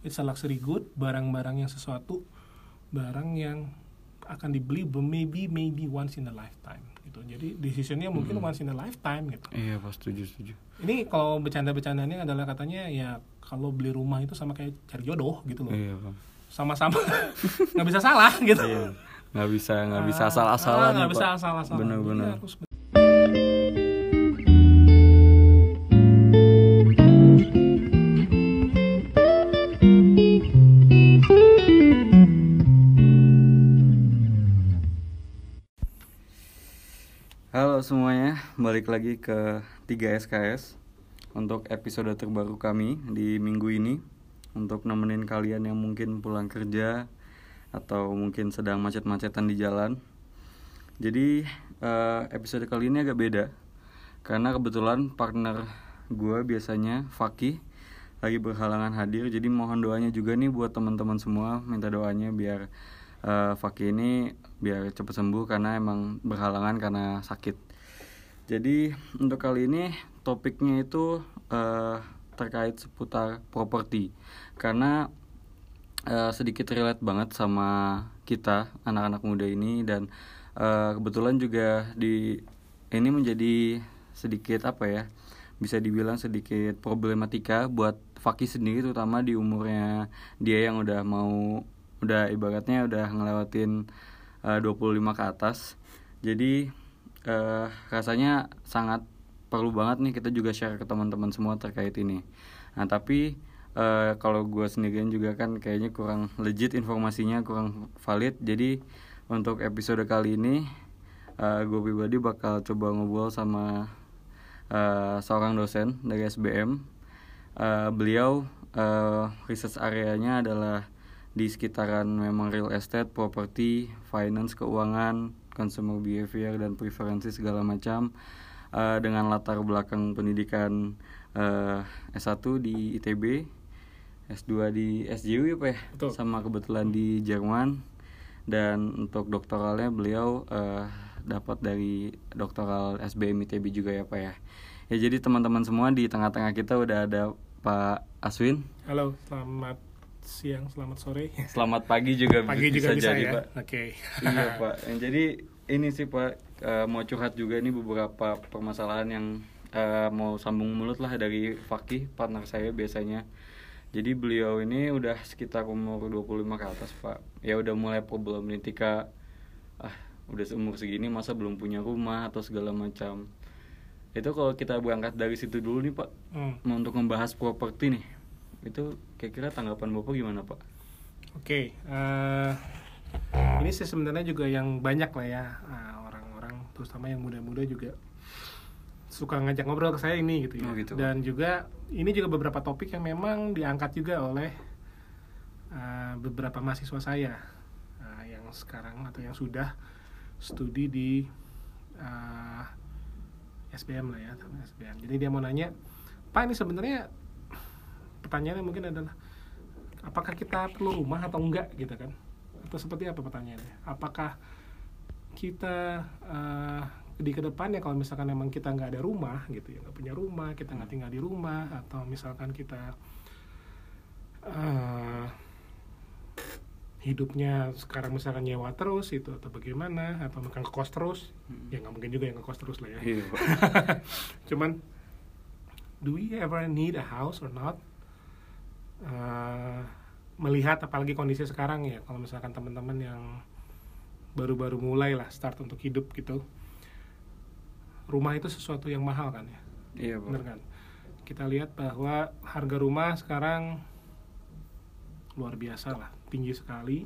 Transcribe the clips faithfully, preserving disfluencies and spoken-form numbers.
it's a luxury good, barang-barang yang sesuatu, barang yang akan dibeli maybe maybe once in a lifetime gitu. Jadi decisionnya mungkin hmm. once in a lifetime gitu. Iya, pas setuju setuju. Ini kalau bercanda-bercandanya adalah katanya ya kalau beli rumah itu sama kayak cari jodoh gitu loh. Iya, Bang. Sama-sama nggak bisa salah gitu. Iya. Nggak bisa nggak bisa asal-asalan. Ah, nggak bisa asal-asalan. Benar-benar. Halo semuanya, balik lagi ke tiga S K S untuk episode terbaru kami di minggu ini, untuk nemenin kalian yang mungkin pulang kerja atau mungkin sedang macet-macetan di jalan. Jadi uh, episode kali ini agak beda karena kebetulan partner gue biasanya Fakih lagi berhalangan hadir. Jadi mohon doanya juga nih buat teman-teman semua, minta doanya biar Uh, Fakih ini biar cepat sembuh karena emang berhalangan karena sakit. Jadi untuk kali ini topiknya itu uh, terkait seputar properti, karena uh, sedikit relate banget sama kita anak-anak muda ini, dan uh, kebetulan juga di ini menjadi sedikit apa ya, bisa dibilang sedikit problematika buat Fakih sendiri, terutama di umurnya dia yang udah mau udah ibaratnya udah ngelewatin uh, dua puluh lima ke atas. Jadi uh, rasanya sangat perlu banget nih kita juga share ke teman-teman semua terkait ini. Nah tapi uh, kalau gue sendirian juga kan kayaknya kurang legit informasinya, kurang valid. Jadi untuk episode kali ini uh, gue pribadi bakal coba ngobrol sama uh, seorang dosen dari S B M. uh, Beliau uh, research areanya adalah di sekitaran memang real estate, property, finance, keuangan, consumer behavior, dan preferensi segala macam, uh, dengan latar belakang pendidikan uh, S satu di I T B, S dua di S J U ya Pak ya? Betul. Sama kebetulan di Jerman, dan untuk doktoralnya beliau uh, dapat dari doktoral S B M I T B juga ya Pak ya. Ya jadi teman-teman semua, di tengah-tengah kita udah ada Pak Aswin. Halo, selamat siang, selamat sore, selamat pagi juga pagi bisa, juga bisa jadi ya? Pak. Oke. Okay. Iya Pak. Jadi ini sih Pak, uh, mau curhat juga nih beberapa permasalahan yang uh, mau sambung mulut lah dari Fakih, partner saya biasanya. Jadi beliau ini udah sekitar umur dua puluh lima ke atas Pak. Ya udah mulai problematika, ah udah seumur segini masa belum punya rumah atau segala macam. Itu kalau kita berangkat dari situ dulu nih Pak, hmm. mau untuk membahas properti nih, itu kira-kira tanggapan Bapak gimana Pak? Oke, okay, uh, ini sih sebenarnya juga yang banyak lah ya, uh, orang-orang terutama yang muda-muda juga suka ngajak ngobrol ke saya ini gitu ya. Oh, gitu. Dan juga ini juga beberapa topik yang memang diangkat juga oleh uh, beberapa mahasiswa saya uh, yang sekarang atau yang sudah studi di uh, S B M lah ya, S B M. Jadi dia mau nanya, Pak ini sebenarnya pertanyaannya mungkin adalah apakah kita perlu rumah atau enggak gitu kan, atau seperti apa pertanyaannya, apakah kita uh, di kedepannya kalau misalkan memang kita nggak ada rumah gitu ya, nggak punya rumah, kita nggak tinggal di rumah, atau misalkan kita uh, hidupnya sekarang misalkan nyewa terus itu, atau bagaimana, atau makan ngekos terus, hmm. ya nggak mungkin juga yang ngekos terus lah ya. Iya, Cuman do we ever need a house or not? Uh, melihat apalagi kondisi sekarang ya, kalau misalkan teman-teman yang baru-baru mulai lah start untuk hidup gitu, rumah itu sesuatu yang mahal kan ya. Iya, benar kan? Kita lihat bahwa harga rumah sekarang luar biasa lah, tinggi sekali.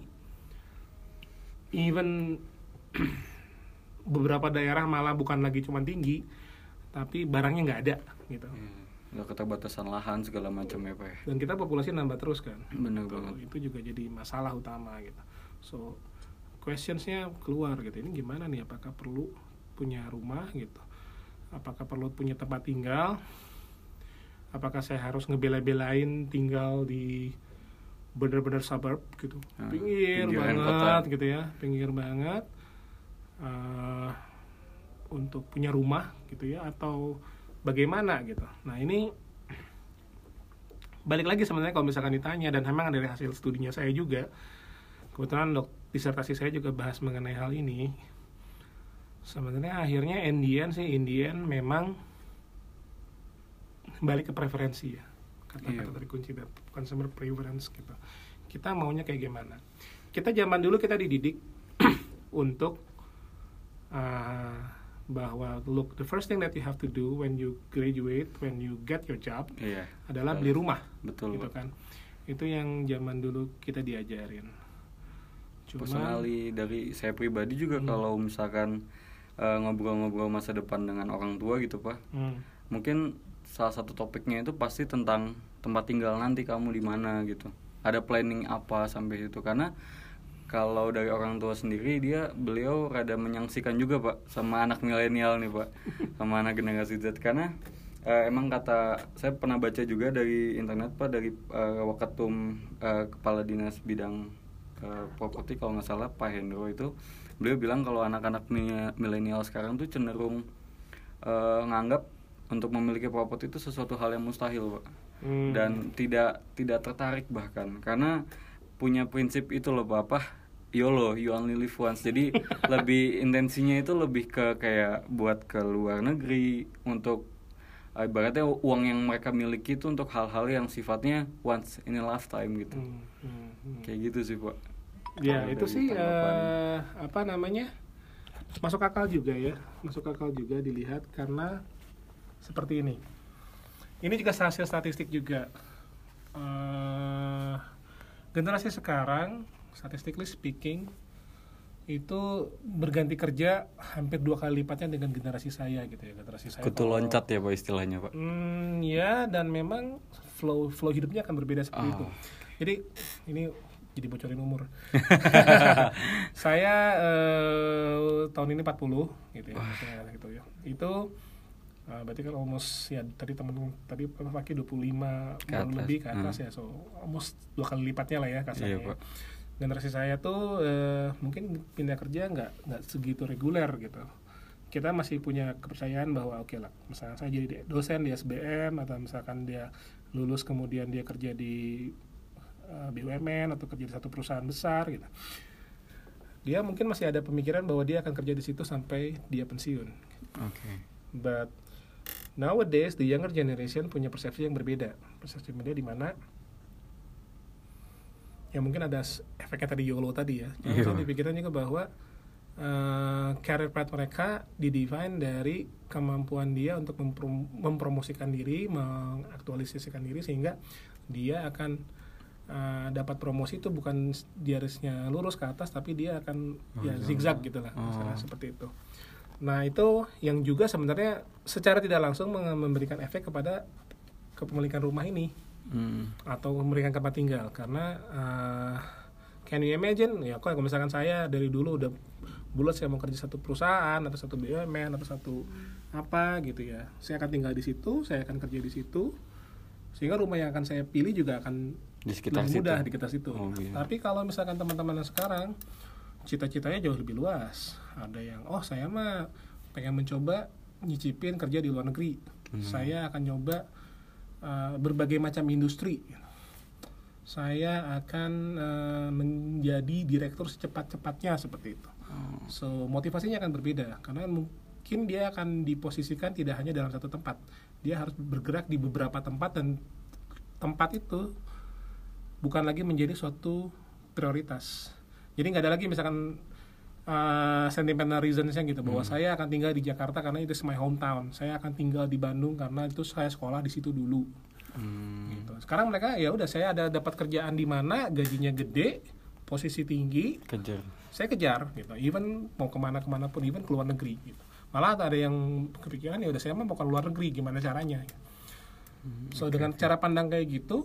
Even beberapa daerah malah bukan lagi cuma tinggi, tapi barangnya nggak ada gitu. Hmm. Nggak keterbatasan lahan segala macam ya Pak ya. Dan kita populasi nambah terus kan. Benar gitu. banget. Itu juga jadi masalah utama gitu. So questionsnya keluar gitu. Ini gimana nih? Apakah perlu punya rumah gitu? Apakah perlu punya tempat tinggal? Apakah saya harus ngebela-belain tinggal di benar-benar suburb gitu? Nah, pinggir banget kota. Gitu ya, pinggir banget. Uh, untuk punya rumah gitu ya, atau bagaimana gitu. Nah ini balik lagi sebenarnya kalau misalkan ditanya, dan memang dari hasil studinya saya juga, kebetulan dok disertasi saya juga bahas mengenai hal ini. Sebenarnya akhirnya Indian sih Indian memang balik ke preferensi ya, kata-kata tadi kunci dan consumer preference gitu. Kita maunya kayak gimana? Kita zaman dulu kita dididik untuk uh, bahwa look, the first thing that you have to do when you graduate, when you get your job, yeah, adalah beli rumah. Betul, gitu kan. Itu yang zaman dulu kita diajarin. Cuma personally dari saya pribadi juga hmm. kalau misalkan uh, ngobrol-ngobrol masa depan dengan orang tua gitu Pak, hmm. mungkin salah satu topiknya itu pasti tentang tempat tinggal nanti kamu di mana gitu. Ada planning apa sampai itu, karena kalau dari orang tua sendiri dia beliau rada menyaksikan juga Pak sama anak milenial nih Pak, sama anak generasi Z, karena uh, emang kata saya pernah baca juga dari internet Pak, dari uh, Wakatum uh, kepala dinas bidang Uh, properti kalau nggak salah Pak Hendro itu, beliau bilang kalau anak-anak milenial sekarang tuh cenderung uh, nganggap untuk memiliki properti itu sesuatu hal yang mustahil Pak, hmm. dan tidak tidak tertarik bahkan karena punya prinsip itu loh Pak, apa YOLO, you only live once. Jadi lebih intensinya itu lebih ke kayak buat ke luar negeri untuk uh, ibaratnya uang yang mereka miliki itu untuk hal-hal yang sifatnya once in a lifetime gitu. Hmm. Hmm. Hmm. Kayak gitu sih Pak. Ya itu sih uh, apa namanya masuk akal juga ya, masuk akal juga dilihat karena seperti ini. Ini juga hasil statistik juga. Uh, generasi sekarang, statistically speaking, itu berganti kerja hampir dua kali lipatnya dengan generasi saya gitu ya, generasi saya. Kutu loncat ya Pak istilahnya Pak. Hmm, ya, dan memang flow flow hidupnya akan berbeda seperti oh. itu. Jadi ini jadi bocorin umur. Saya eh, tahun ini empat puluh gitu ya. Gitu ya. Itu uh, berarti kan almost ya tadi temen tadi pakai dua puluh lima tahun lebih ke atas hmm. ya. So almost dua kali lipatnya lah ya kasarnya. Iya, Pak. Generasi saya tuh eh, mungkin pindah kerja nggak nggak segitu reguler gitu. Kita masih punya kepercayaan bahwa oke okay lah, misalnya saya jadi dosen di S B M atau misalkan dia lulus kemudian dia kerja di B U M N atau kerja di satu perusahaan besar gitu. Dia mungkin masih ada pemikiran bahwa dia akan kerja di situ sampai dia pensiun. Oke. Okay. But nowadays the younger generation punya persepsi yang berbeda. Persepsi dia di mana ya mungkin ada efeknya tadi YOLO tadi ya. Jadi dipikirkan juga bahwa uh, career path mereka didefine dari kemampuan dia untuk memprom- mempromosikan diri, mengaktualisasikan diri sehingga dia akan Uh, dapat promosi itu bukan garisnya lurus ke atas tapi dia akan oh, ya zigzag gitu lah, oh. seperti itu. Nah itu yang juga sebenarnya secara tidak langsung memberikan efek kepada kepemilikan rumah ini hmm. atau memberikan tempat tinggal karena uh, can you imagine ya kalau misalkan saya dari dulu udah bulat saya mau kerja satu perusahaan atau satu B U M N atau satu apa gitu ya, saya akan tinggal di situ, saya akan kerja di situ sehingga rumah yang akan saya pilih juga akan di sekitar lebih mudah situ. di sekitar situ. Oh, iya. Tapi kalau misalkan teman-teman yang sekarang cita-citanya jauh lebih luas. Ada yang oh saya mah pengen mencoba nyicipin kerja di luar negeri. Hmm. Saya akan nyoba uh, berbagai macam industri. Saya akan uh, menjadi direktur secepat-cepatnya seperti itu. Hmm. So motivasinya akan berbeda karena mungkin dia akan diposisikan tidak hanya dalam satu tempat. Dia harus bergerak di beberapa tempat dan tempat itu bukan lagi menjadi suatu prioritas. Jadi nggak ada lagi misalkan uh, sentimental reasons-nya gitu bahwa hmm. saya akan tinggal di Jakarta karena itu my hometown. Saya akan tinggal di Bandung karena itu saya sekolah di situ dulu. Hmm. Gitu. Sekarang mereka ya udah saya ada dapat kerjaan di mana gajinya gede, posisi tinggi, kejar. Saya kejar gitu. Even mau kemana-kemana pun, even ke luar negeri gitu. Malah ada yang kepikiran ya udah saya mau ke luar negeri gimana caranya. Hmm, so okay, dengan okay. cara pandang kayak gitu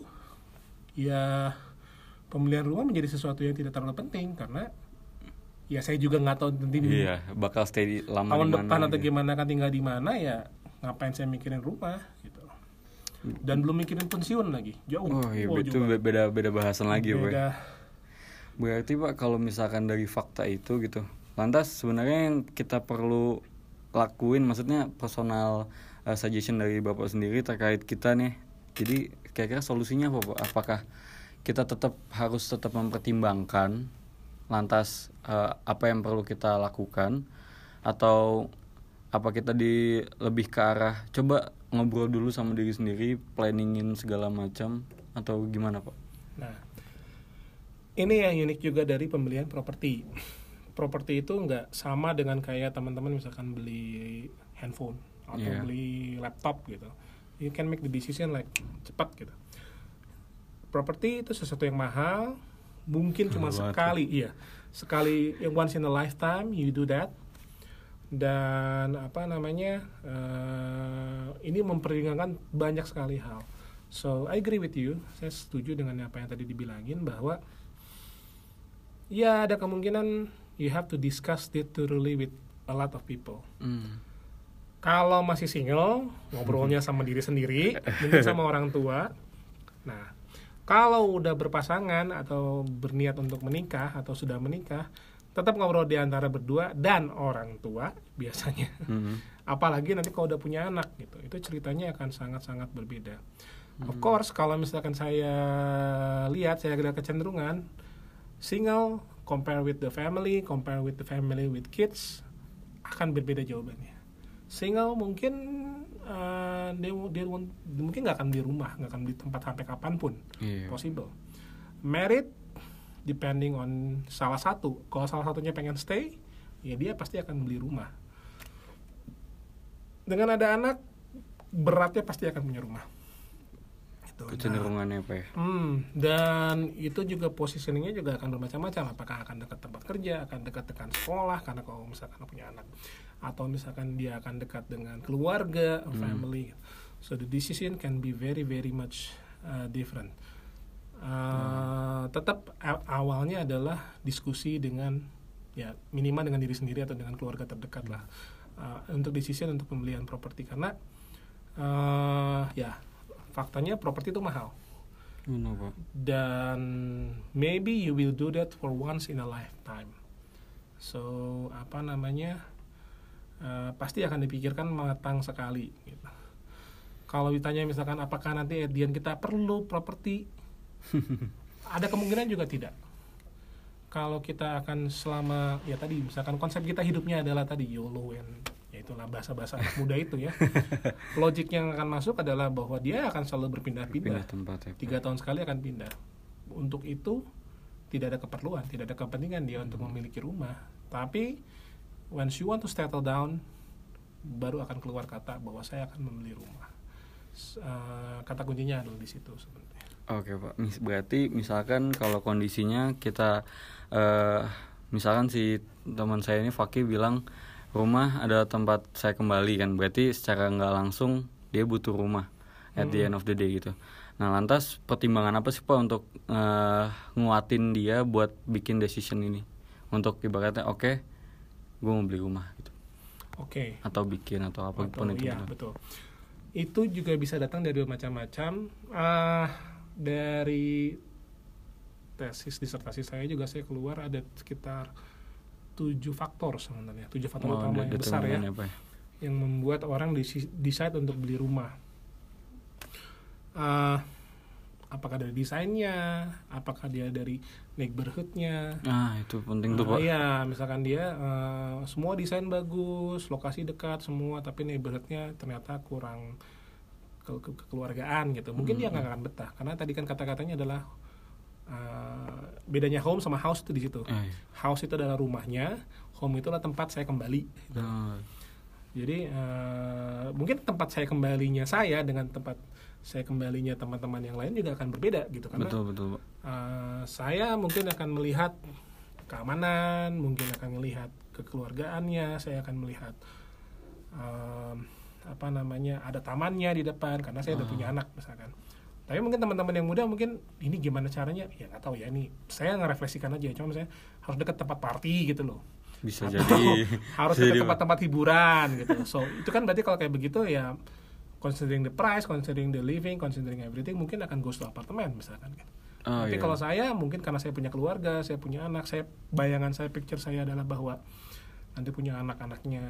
ya pemilihan rumah menjadi sesuatu yang tidak terlalu penting karena ya saya juga nggak tahu nanti iya, bakal stay lama tahun depan gitu. Atau gimana kan tinggal di mana ya ngapain saya mikirin rumah gitu dan belum mikirin pensiun lagi jauh. Oh iya, itu beda beda bahasan lagi beda. Berarti Pak kalau misalkan dari fakta itu gitu lantas sebenarnya yang kita perlu lakuin maksudnya personal uh, suggestion dari Bapak sendiri terkait kita nih. Jadi kira-kira solusinya apa Pak? Apakah kita tetap harus tetap mempertimbangkan lantas uh, apa yang perlu kita lakukan, atau apa kita di lebih ke arah coba ngobrol dulu sama diri sendiri, planningin segala macam, atau gimana Pak? Nah, ini yang unik juga dari pembelian properti. Properti itu nggak sama dengan kayak teman-teman misalkan beli handphone atau yeah. beli laptop gitu. You can make the decision like cepat gitu. Properti itu sesuatu yang mahal, mungkin cuma oh, sekali, iya, sekali once in a lifetime you do that. Dan apa namanya, uh, ini mempertimbangkan banyak sekali hal. So I agree with you, saya setuju dengan apa yang tadi dibilangin bahwa ya ada kemungkinan you have to discuss it thoroughly with a lot of people. Mm. Kalau masih single, ngobrolnya sama diri sendiri, mungkin sama orang tua. Nah, kalau udah berpasangan atau berniat untuk menikah atau sudah menikah, tetap ngobrol di antara berdua dan orang tua biasanya. Mm-hmm. Apalagi nanti kalau udah punya anak gitu, itu ceritanya akan sangat-sangat berbeda. Mm-hmm. Of course, kalau misalkan saya lihat, saya ada kecenderungan single compare with the family, compare with the family with kids, akan berbeda jawabannya. Single mungkin uh, dia, dia mungkin nggak akan di rumah, nggak akan di tempat sampai kapanpun, yeah. possible. Married, depending on salah satu. Kalau salah satunya pengen stay, ya dia pasti akan beli rumah. Dengan ada anak, beratnya pasti akan punya rumah. Kecenderungannya apa ya? Hmm, dan itu juga positioningnya juga akan bermacam-macam. Apakah akan dekat tempat kerja, akan dekat dengan sekolah, karena kalau misalkan punya anak, atau misalkan dia akan dekat dengan keluarga, hmm. family. So the decision can be very very much uh, different. Uh, hmm. Tetap awalnya adalah diskusi dengan ya minimal dengan diri sendiri atau dengan keluarga terdekat lah uh, untuk decision untuk pembelian properti, karena uh, ya faktanya properti itu mahal. Kenapa? Dan maybe you will do that for once in a lifetime. So apa namanya, uh, pasti akan dipikirkan matang sekali gitu. Kalau ditanya misalkan apakah nanti at the end kita perlu properti, ada kemungkinan juga tidak. Kalau kita akan selama ya tadi misalkan konsep kita hidupnya adalah tadi YOLO, and ya itulah bahasa-bahasa anak muda itu ya. Logik yang akan masuk adalah bahwa dia akan selalu berpindah-pindah. Tempat, ya, Tiga tahun sekali akan pindah. Untuk itu tidak ada keperluan, tidak ada kepentingan dia hmm. untuk memiliki rumah. Tapi once you want to settle down, baru akan keluar kata bahwa saya akan membeli rumah. Uh, kata kuncinya adalah di situ sebenarnya. Oke Pak, berarti misalkan kalau kondisinya kita uh, misalkan si teman saya ini Fakih bilang rumah adalah tempat saya kembali kan, berarti secara nggak langsung dia butuh rumah at the end of the day gitu. Nah lantas pertimbangan apa sih Pak untuk uh, nguatin dia buat bikin decision ini, untuk ibaratnya oke okay, gue mau beli rumah gitu, oke okay. atau bikin atau apapun itu. Iya gitu. Betul. Itu juga bisa datang dari macam-macam. Uh, dari tesis disertasi saya juga saya keluar ada sekitar tujuh faktor sebenarnya, tujuh faktor oh, utama yang besar ya, ya yang membuat orang decide untuk beli rumah. Uh, apakah dari desainnya, apakah dia dari neighborhoodnya. Ah itu penting tuh uh, Pak. Iya, misalkan dia uh, semua desain bagus, lokasi dekat semua, tapi neighborhoodnya ternyata kurang ke- ke- kekeluargaan gitu. Mungkin hmm. dia nggak akan betah, karena tadi kan kata-katanya adalah uh, bedanya home sama house itu di situ. Eh. House itu adalah rumahnya, home itu adalah tempat saya kembali. Gitu. Oh. Jadi uh, mungkin tempat saya kembalinya saya dengan tempat saya kembalinya teman-teman yang lain juga akan berbeda gitu, karena betul, betul, uh, saya mungkin akan melihat keamanan, mungkin akan melihat kekeluargaannya, saya akan melihat uh, apa namanya ada tamannya di depan karena saya udah uh. punya anak misalkan. Tapi mungkin teman-teman yang muda mungkin ini gimana caranya? Ya nggak tahu ya, ini saya ngerefleksikan aja. Cuma misalnya harus dekat tempat party gitu loh. Bisa atau jadi harus dekat tempat-tempat hiburan gitu. So itu kan berarti kalau kayak begitu ya, considering the price, considering the living, considering everything, mungkin akan goes to apartemen misalkan kan. Oh, tapi iya. Kalau saya mungkin karena saya punya keluarga, saya punya anak, saya bayangan saya, picture saya adalah bahwa nanti punya anak-anaknya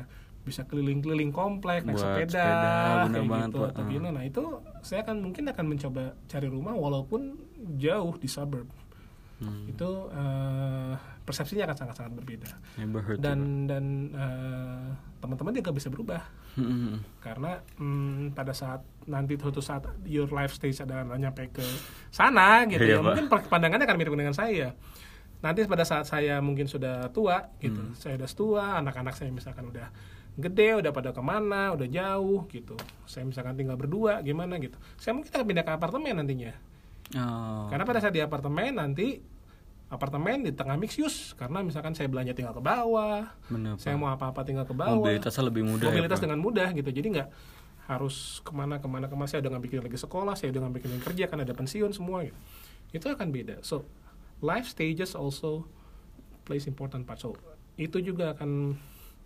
bisa keliling-keliling komplek, naik sepeda, sepeda kayak gitu. Tapi uh. nah itu saya akan mungkin akan mencoba cari rumah walaupun jauh di suburb. Hmm. Itu uh, persepsinya akan sangat-sangat berbeda. Dan juga. dan uh, teman-teman juga bisa berubah. Hmm. Karena um, pada saat nanti suatu saat your life stage adalah nyampe ke sana gitu ya, ya mungkin pandangannya akan mirip dengan saya. Nanti pada saat saya mungkin sudah tua gitu, hmm. saya udah tua, anak-anak saya misalkan udah gede, udah pada kemana, udah jauh gitu. Saya misalkan tinggal berdua, gimana gitu. Saya mungkin akan pindah ke apartemen nantinya. Oh. Karena pada saat di apartemen nanti apartemen di tengah mix use, karena misalkan saya belanja tinggal ke bawah, bener, saya mau apa-apa tinggal ke bawah, mobilitasnya lebih mudah, mobilitas ya, dengan mudah gitu. Jadi nggak harus kemana kemana kemana. Saya udah nggak bikin lagi sekolah, saya udah nggak bikin lagi kerja, kan ada pensiun semua gitu. Itu akan beda. So life stages also plays important part. So itu juga akan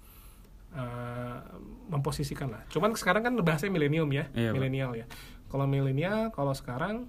uh, memposisikan lah. Cuman sekarang kan bahasanya milenium ya, iya, milenial ya. Kalau milenial, kalau sekarang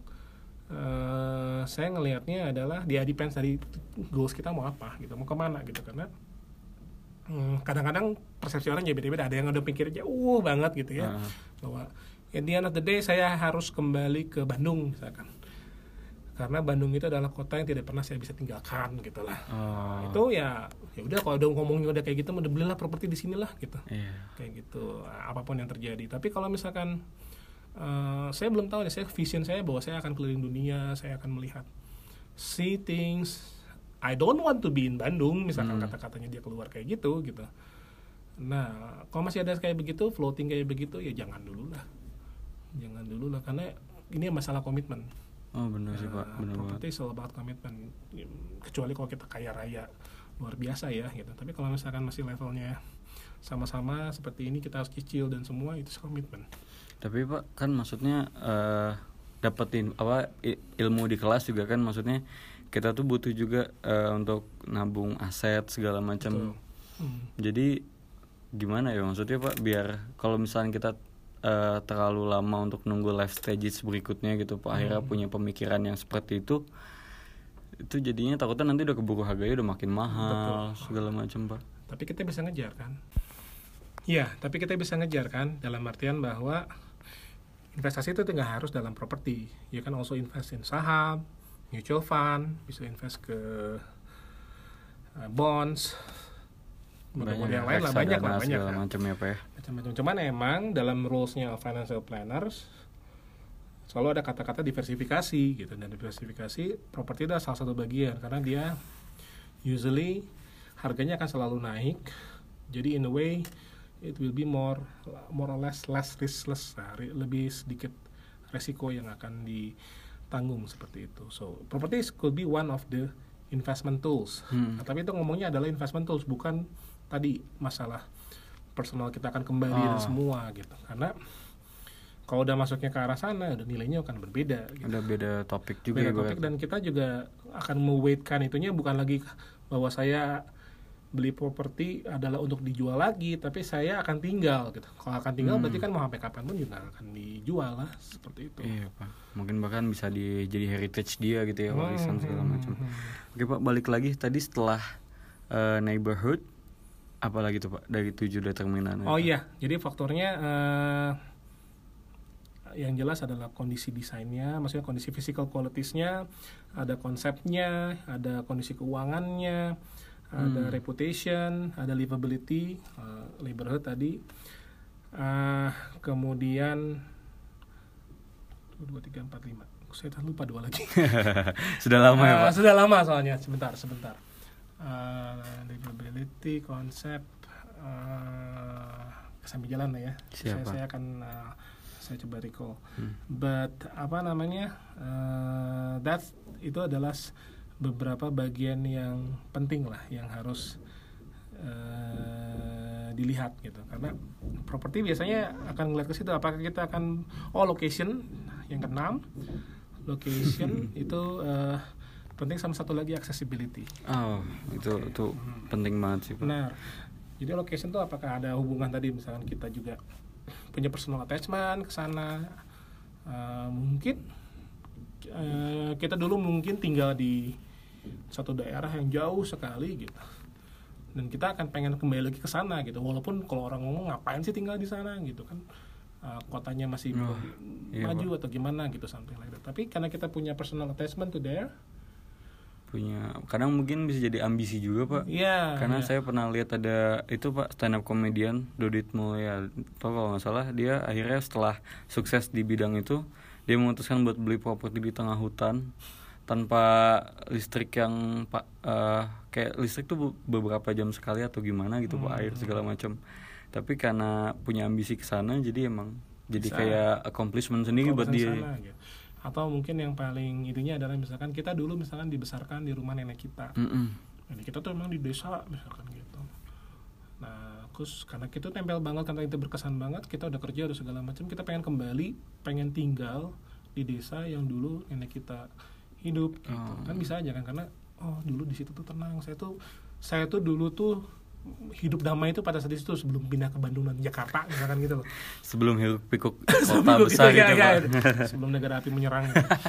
Uh, saya ngelihatnya adalah dia depends dari goals kita mau apa gitu, mau kemana gitu. Karena hmm, kadang-kadang persepsi orang jadi beda-beda. Ada yang udah pikir jauh banget gitu ya, uh. bahwa at the end of the day saya harus kembali ke Bandung misalkan, karena Bandung itu adalah kota yang tidak pernah saya bisa tinggalkan gitu lah. uh. Itu ya ya udah, kalau udah ngomongnya udah kayak gitu, udah belilah properti di sini lah gitu, yeah. kayak gitu, apapun yang terjadi. Tapi kalau misalkan Uh, saya belum tahu nih, saya vision saya bahwa saya akan keliling dunia, saya akan melihat see things. I don't want to be in Bandung misalkan, hmm. kata-katanya dia keluar kayak gitu gitu. Nah, kalau masih ada kayak begitu, floating kayak begitu, ya jangan dulu lah, jangan dulu lah, karena ini masalah komitmen. Oh benar sih Pak, benar banget. Property is all about komitmen. Kecuali kalau kita kaya raya luar biasa ya gitu. Tapi kalau misalkan masih levelnya sama-sama seperti ini, kita harus cicil dan semua, itu komitmen. Tapi Pak, kan maksudnya uh, dapetin apa ilmu di kelas juga kan, maksudnya kita tuh butuh juga uh, untuk nabung aset segala macam. Hmm. Jadi gimana ya maksudnya Pak, biar kalau misalnya kita uh, terlalu lama untuk nunggu life stages berikutnya gitu Pak, hmm. akhirnya punya pemikiran yang seperti itu, itu jadinya takutnya nanti udah keburu harganya udah makin mahal. Betul. Segala macam Pak. Tapi kita bisa ngejar kan? Iya, tapi kita bisa ngejar kan, dalam artian bahwa investasi itu tidak harus dalam properti. You can also invest in saham, mutual fund, bisa invest ke uh, bonds, model-model yang lain lah, banyak lah, banyak kan. Macam ya Pak ya. Macam-macam. Cuman emang dalam rules-nya financial planners selalu ada kata-kata diversifikasi gitu, dan diversifikasi properti adalah salah satu bagian, karena dia usually harganya akan selalu naik. Jadi in a way it will be more more or less less riskless, lebih sedikit resiko yang akan ditanggung seperti itu. So property could be one of the investment tools. Hmm. Nah, tapi itu ngomongnya adalah investment tools, bukan tadi masalah personal kita akan kembali oh. dan semua gitu. Karena kalau udah masuknya ke arah sana, udah nilainya akan berbeda. Gitu. Ada beda topik juga. Beda topik, dan kita juga akan meweightkan itunya, bukan lagi bahwa saya beli properti adalah untuk dijual lagi, tapi saya akan tinggal gitu. Kalau akan tinggal hmm. berarti kan mau sampai kapan pun juga akan dijual lah, seperti itu. Iya Pak, mungkin bahkan bisa di, jadi heritage dia gitu ya, warisan hmm. segala macam. Oke Pak, balik lagi tadi setelah uh, neighborhood, apa lagi tuh Pak dari tujuh determinan? Oh iya, jadi faktornya uh, yang jelas adalah kondisi desainnya, maksudnya kondisi physical qualities-nya, ada konsepnya, ada kondisi keuangannya, ada hmm. reputation, ada livability, uh, neighborhood tadi, uh, kemudian dua, tiga, empat, lima, saya lupa dua lagi. Sudah lama uh, ya Pak? Sudah lama soalnya, sebentar, sebentar. Uh, livability, konsep, uh, sambil jalan lah ya. Saya, saya akan, uh, saya coba recall. Hmm. But apa namanya? Uh, that itu adalah beberapa bagian yang penting lah yang harus uh, dilihat gitu, karena properti biasanya akan ngeliat ke situ, apakah kita akan oh location yang keenam, location itu uh, penting, sama satu lagi accessibility. Oh itu okay. itu hmm. penting banget sih Pak. Benar. Jadi location tuh apakah ada hubungan tadi, misalkan kita juga punya personal attachment ke sana, uh, mungkin uh, kita dulu mungkin tinggal di satu daerah yang jauh sekali gitu, dan kita akan pengen kembali lagi ke sana gitu, walaupun kalau orang ngomong ngapain sih tinggal di sana gitu kan, uh, kotanya masih belum oh, iya, maju Pak. Atau gimana gitu something like that. Tapi karena kita punya personal attachment to there, punya kadang mungkin bisa jadi ambisi juga Pak. Iya. Karena yeah. saya pernah lihat ada itu Pak, stand up comedian Dodit Mulya, kalau nggak salah dia akhirnya setelah sukses di bidang itu dia memutuskan buat beli properti di tengah hutan tanpa listrik yang Pak uh, kayak listrik tuh beberapa jam sekali atau gimana gitu hmm. Pak, air segala macam. Tapi karena punya ambisi ke sana jadi emang jadi bisa. Kayak accomplishment sendiri buat dia. Sana, gitu. Atau mungkin yang paling intinya adalah misalkan kita dulu misalkan dibesarkan di rumah nenek kita. Mm-mm. Jadi kita tuh memang di desa misalkan gitu. Nah, terus karena kita tempel banget, karena itu berkesan banget, kita udah kerja udah segala macam, kita pengen kembali, pengen tinggal di desa yang dulu nenek kita hidup gitu. Oh. Kan bisa aja kan, karena oh dulu di situ tuh tenang, saya tuh saya tuh dulu tuh hidup damai itu pada saat itu sebelum pindah ke Bandung dan Jakarta misalkan gitu loh. Sebelum hiruk pikuk kota besar gitu, gitu ya, Pak. Sebelum negara api menyerang.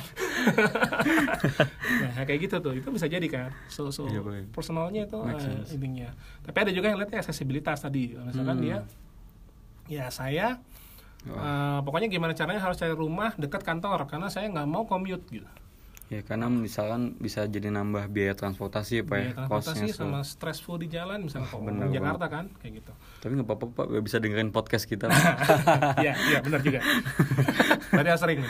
Nah, kayak gitu tuh, itu bisa jadi kan. So so iya, personalnya itu uh, intinya. Tapi ada juga yang lihatnya aksesibilitas tadi. Misalkan hmm. dia ya saya uh, pokoknya gimana caranya harus cari rumah dekat kantor karena saya enggak mau commute gitu. Ya karena misalkan bisa jadi nambah biaya transportasi ya Pak ya. Biaya transportasi sama stressful di jalan misalnya oh, kalau di Jakarta kan kayak gitu. Tapi nggak apa-apa Pak, bisa dengerin podcast kita. Iya iya benar juga. Tadi sering.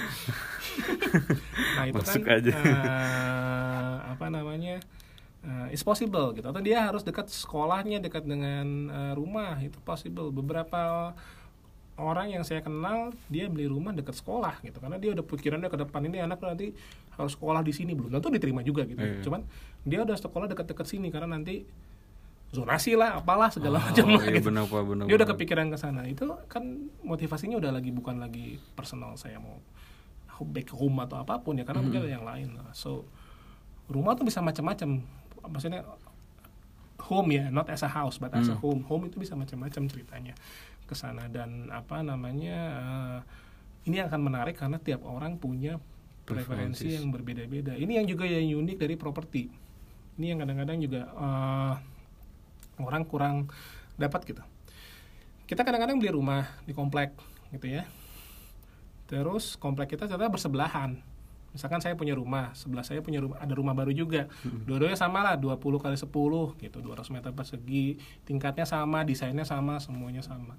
Nah itu masuk kan aja. Uh, apa namanya uh, it's possible gitu. Atau dia harus dekat sekolahnya dekat dengan uh, rumah, itu possible. Beberapa orang yang saya kenal dia beli rumah dekat sekolah gitu karena dia udah pikirannya ke depan ini anak nanti harus sekolah di sini, belum tentu diterima juga gitu. Iya. Cuman dia udah sekolah dekat-dekat sini karena nanti zonasi lah apalah segala oh, macam lah iya, gitu. Benar, Pak, benar, dia udah kepikiran ke sana. Itu kan motivasinya udah lagi bukan lagi personal saya mau back home atau apapun ya karena mm-hmm. mungkin ada yang lain. So rumah tuh bisa macam-macam. Maksudnya home ya, not as a house but as mm. a home. Home itu bisa macam-macam ceritanya ke sana dan apa namanya uh, ini akan menarik karena tiap orang punya preferensi yang berbeda-beda. Ini yang juga yang unik dari properti. Ini yang kadang-kadang juga uh, orang kurang dapat gitu. Kita kadang-kadang beli rumah di komplek gitu ya. Terus komplek kita ternyata bersebelahan. Misalkan saya punya rumah, sebelah saya punya rumah, ada rumah baru juga. Hmm. Dua-duanya sama lah, dua puluh kali sepuluh gitu, dua ratus meter persegi. Tingkatnya sama, desainnya sama, semuanya sama.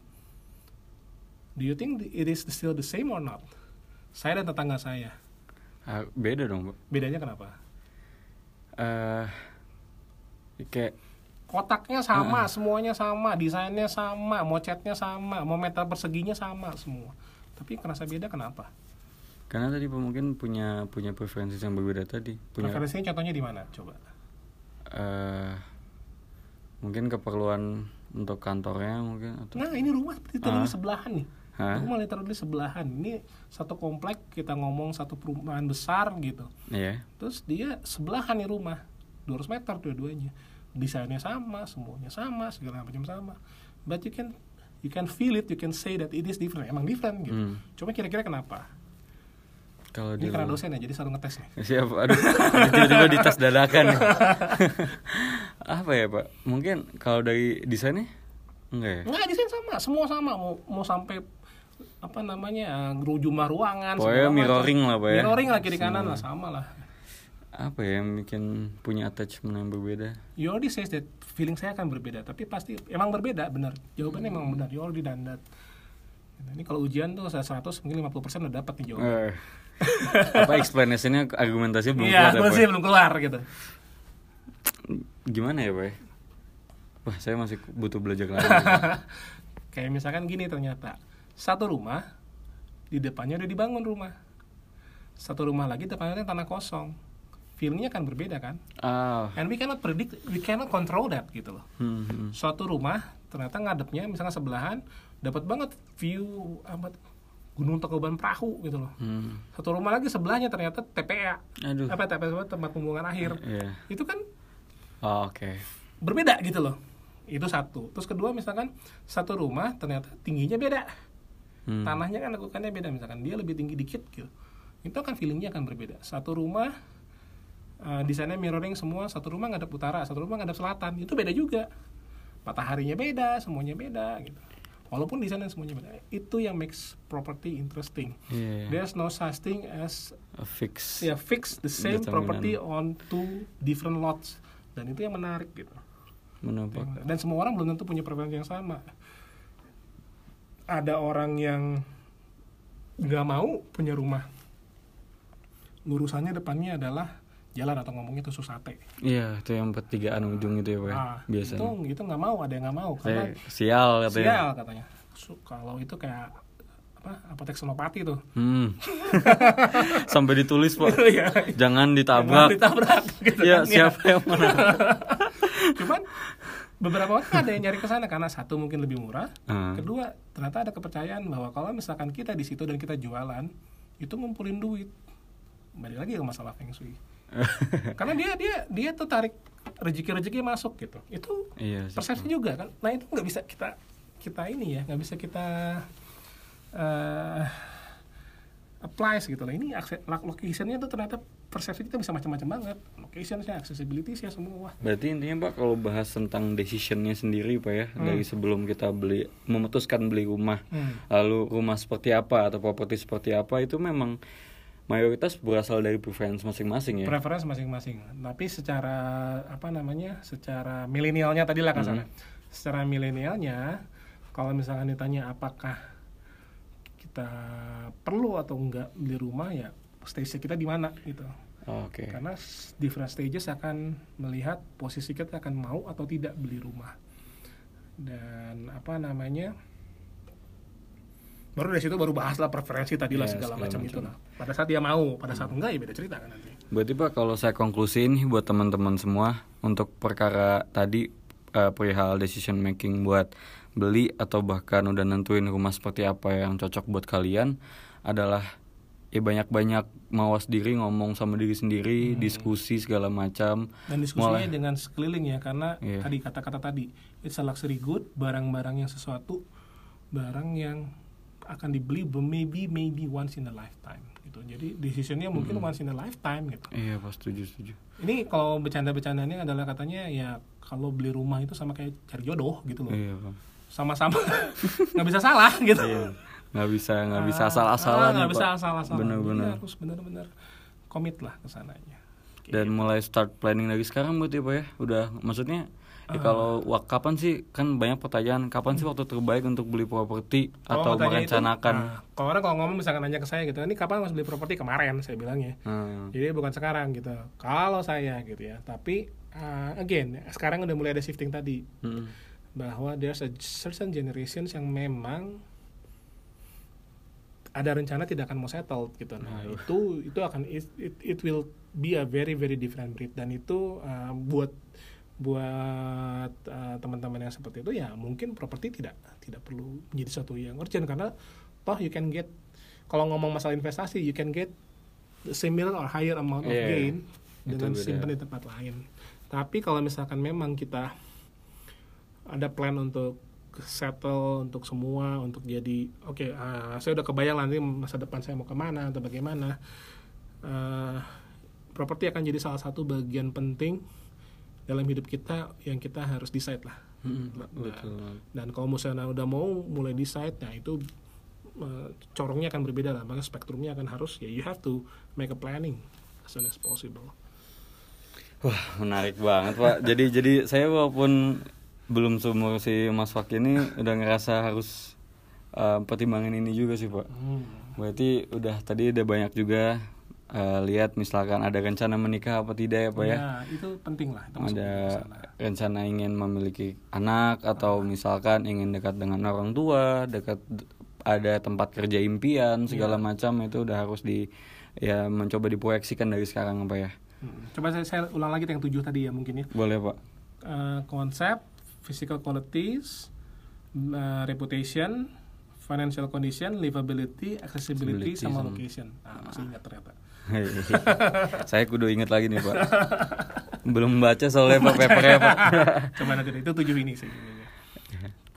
Do you think it is still the same or not? Saya dan tetangga saya. Uh, beda dong, Pak. Bedanya kenapa? Uh, kayak kotaknya sama, uh. semuanya sama, desainnya sama, mau catnya sama, mau meter perseginya sama semua. Tapi kerasa beda kenapa? Karena tadi mungkin punya punya preferensi yang berbeda tadi. Punya, preferensinya contohnya di mana? Coba. Uh, mungkin keperluan untuk kantornya mungkin. Atau... Nah ini rumah literally uh. sebelahan nih. Huh? Rumah literally sebelahan. Ini satu komplek kita ngomong satu perumahan besar gitu. Iya. Yeah. Terus dia sebelahan nih rumah, dua ratus meter dua-duanya. Desainnya sama, semuanya sama, segala macam sama. But you can you can feel it, you can say that it is different. Emang different gitu. Hmm. Cuma kira-kira kenapa? Kalau ini karena dosen ya, jadi selalu ngetes nih. Siap, aduh, tiba-tiba dites dadakan. Apa ya Pak? Mungkin kalau dari desainnya enggak ya? Enggak, desain sama, semua sama. Mau mau sampai apa namanya jumlah ruangan. Pokoknya mirroring macam. Lah Pak ya. Mirroring lah kiri kanan lah, sama lah. Apa ya yang bikin punya attachment yang berbeda? You already says that feeling saya akan berbeda, tapi pasti emang berbeda, benar. Jawabannya emang benar. You already done that. Ini kalau ujian tuh seratus mungkin lima puluh persen udah dapat nih jawaban. Eh. Apa explanation-nya, argumentasinya belum iya, keluar. Iya, masih belum keluar gitu. Gimana ya, Pak? Wah, saya masih butuh belajar lagi. Kayak misalkan gini ternyata. Satu rumah di depannya udah dibangun rumah. Satu rumah lagi depannya tanah kosong. Feel-nya kan berbeda kan? Oh. And we cannot predict, we cannot control that gitu loh. Hmm. Suatu rumah ternyata ngadepnya misalnya sebelahan dapat banget view amat Gunung Tangkuban Perahu gitu loh. Hmm. Satu rumah lagi sebelahnya ternyata T P A. Aduh. Apa T P A, tempat pembuangan akhir. Yeah. Itu kan oh, oke. Okay. Berbeda gitu loh. Itu satu. Terus kedua misalkan satu rumah ternyata tingginya beda. Hmm. Tanahnya kan lakukannya beda, misalkan dia lebih tinggi dikit gitu. Itu kan feelingnya akan berbeda. Satu rumah uh, desainnya mirroring semua, satu rumah ngadep utara, satu rumah ngadep selatan. Itu beda juga. mataharinya beda, semuanya beda gitu. Walaupun desainnya semuanya beda, itu yang makes property interesting. Yeah. There's no such thing as a fix. Ya, fix the same property on two different lots. Dan itu yang menarik gitu. Menampak. Dan semua orang belum tentu punya preferensi yang sama. Ada orang yang nggak mau punya rumah, lurusannya depannya adalah jalan atau ngomongnya tusuk sate. Iya, itu yang pertigaan ujung itu ya, Pak. Nah, biasanya. Itu itu nggak mau, ada yang nggak mau karena Saya, sial katanya. Sial katanya. So, kalau itu kayak apa? Apotek Senopati tuh. Hmm. Sampai ditulis, Pak. Jangan ditabrak. Jangan ditabrak gitu ya, kan, siapa ya. yang mana? Cuman beberapa orang ada yang nyari ke sana karena satu mungkin lebih murah, hmm. kedua ternyata ada kepercayaan bahwa kalau misalkan kita di situ dan kita jualan, itu ngumpulin duit. Balik lagi ke masalah feng shui. Karena dia dia dia tuh tarik rezeki-rezeki masuk gitu. Itu iya, persepsi juga kan. Nah, itu nggak bisa kita kita ini ya, nggak bisa kita uh, apply gitu lah. Ini location-nya tuh ternyata persepsi kita bisa macam-macam banget. Location-nya, accessibility-nya semua. Berarti intinya Pak, kalau bahas tentang decision-nya sendiri Pak ya, hmm. dari sebelum kita beli memutuskan beli rumah, hmm. lalu rumah seperti apa atau properti seperti apa, itu memang mayoritas berasal dari preference masing-masing ya. Preference masing-masing. Tapi secara apa namanya? Secara milenialnya tadi lah kasarnya. Hmm. Secara milenialnya, kalau misalkan ditanya apakah kita perlu atau enggak beli rumah, ya stage kita di mana gitu. Oh, Oke. Okay. Karena different stages akan melihat posisi kita akan mau atau tidak beli rumah. Dan apa namanya? Baru dari situ baru bahaslah preferensi tadi lah, yeah, segala, segala macam itu lah. Pada saat dia mau, pada saat hmm. enggak ya beda cerita kan nanti. Berarti Pak, kalau saya konklusiin buat teman-teman semua untuk perkara tadi uh, perihal decision making buat beli atau bahkan udah nentuin rumah seperti apa yang cocok buat kalian adalah ya banyak-banyak mawas diri, ngomong sama diri sendiri, hmm. diskusi segala macam. Dan diskusinya mulai dengan sekeliling ya, karena yeah. tadi kata-kata tadi, it's a luxury good, barang-barang yang sesuatu, barang yang akan dibeli maybe maybe once in a lifetime gitu. Jadi decisionnya mungkin hmm. once in a lifetime gitu. Iya, pas setuju setuju. Ini kalau bercanda-bercandanya adalah katanya ya kalau beli rumah itu sama kayak cari jodoh gitu loh. Iya, Bang. Sama-sama nggak bisa salah gitu. Iya. Nggak bisa nggak bisa asal-asalan. Nggak bisa asal-asalan. Benar-benar. Harus benar-benar komit lah ke sananya. Dan mulai start planning dari sekarang berarti Pak ya. Udah maksudnya ya kalau wak, kapan sih, kan banyak pertanyaan kapan sih waktu terbaik untuk beli properti atau merencanakan itu, nah, kalau orang kalau ngomong misalkan nanya ke saya gitu, ini kapan mas beli properti, kemarin saya bilangnya, hmm. jadi bukan sekarang gitu kalau saya gitu ya. Tapi uh, again sekarang udah mulai ada shifting tadi, hmm. bahwa there's a certain generations yang memang ada rencana tidak akan mau settle gitu. Nah hmm. itu itu akan it, it, it will be a very very different breed. Dan itu uh, buat buat uh, teman-teman yang seperti itu ya mungkin properti tidak tidak perlu menjadi satu yang urgent, karena toh you can get, kalau ngomong masalah investasi, you can get similar or higher amount of yeah, gain dengan simpan di tempat lain. Tapi kalau misalkan memang kita ada plan untuk settle untuk semua, untuk jadi oke okay, uh, saya udah kebayang nanti masa depan saya mau kemana atau bagaimana, uh, properti akan jadi salah satu bagian penting dalam hidup kita yang kita harus decide lah. Hmm, nah, betul. Dan kalau misalnya udah mau mulai decide, nah itu uh, corongnya akan berbeda lah, maka spektrumnya akan harus ya you have to make a planning as soon as possible. Wah, menarik banget Pak. Jadi jadi saya walaupun belum seumur si Mas Fak ini udah ngerasa harus uh, pertimbangan ini juga sih Pak. Hmm. Berarti udah tadi udah banyak juga Uh, lihat misalkan ada rencana menikah apa tidak ya Pak ya, ya itu penting lah, itu ada rencana ingin memiliki anak atau ah. misalkan ingin dekat dengan orang tua, dekat ada tempat kerja impian segala ya. macam, itu udah harus di ya mencoba diproyeksikan dari sekarang Pak ya. hmm. Coba saya, saya ulang lagi yang tujuh tadi ya mungkin ya. Boleh Pak. Uh, konsep, physical qualities, uh, reputation, financial condition, livability, accessibility, sama, sama location. Nah, masih ingat ternyata. Saya kudu ingat lagi nih Pak. Belum baca soalnya Pak papernya Pak. Coba nanti itu tujuh ini sih.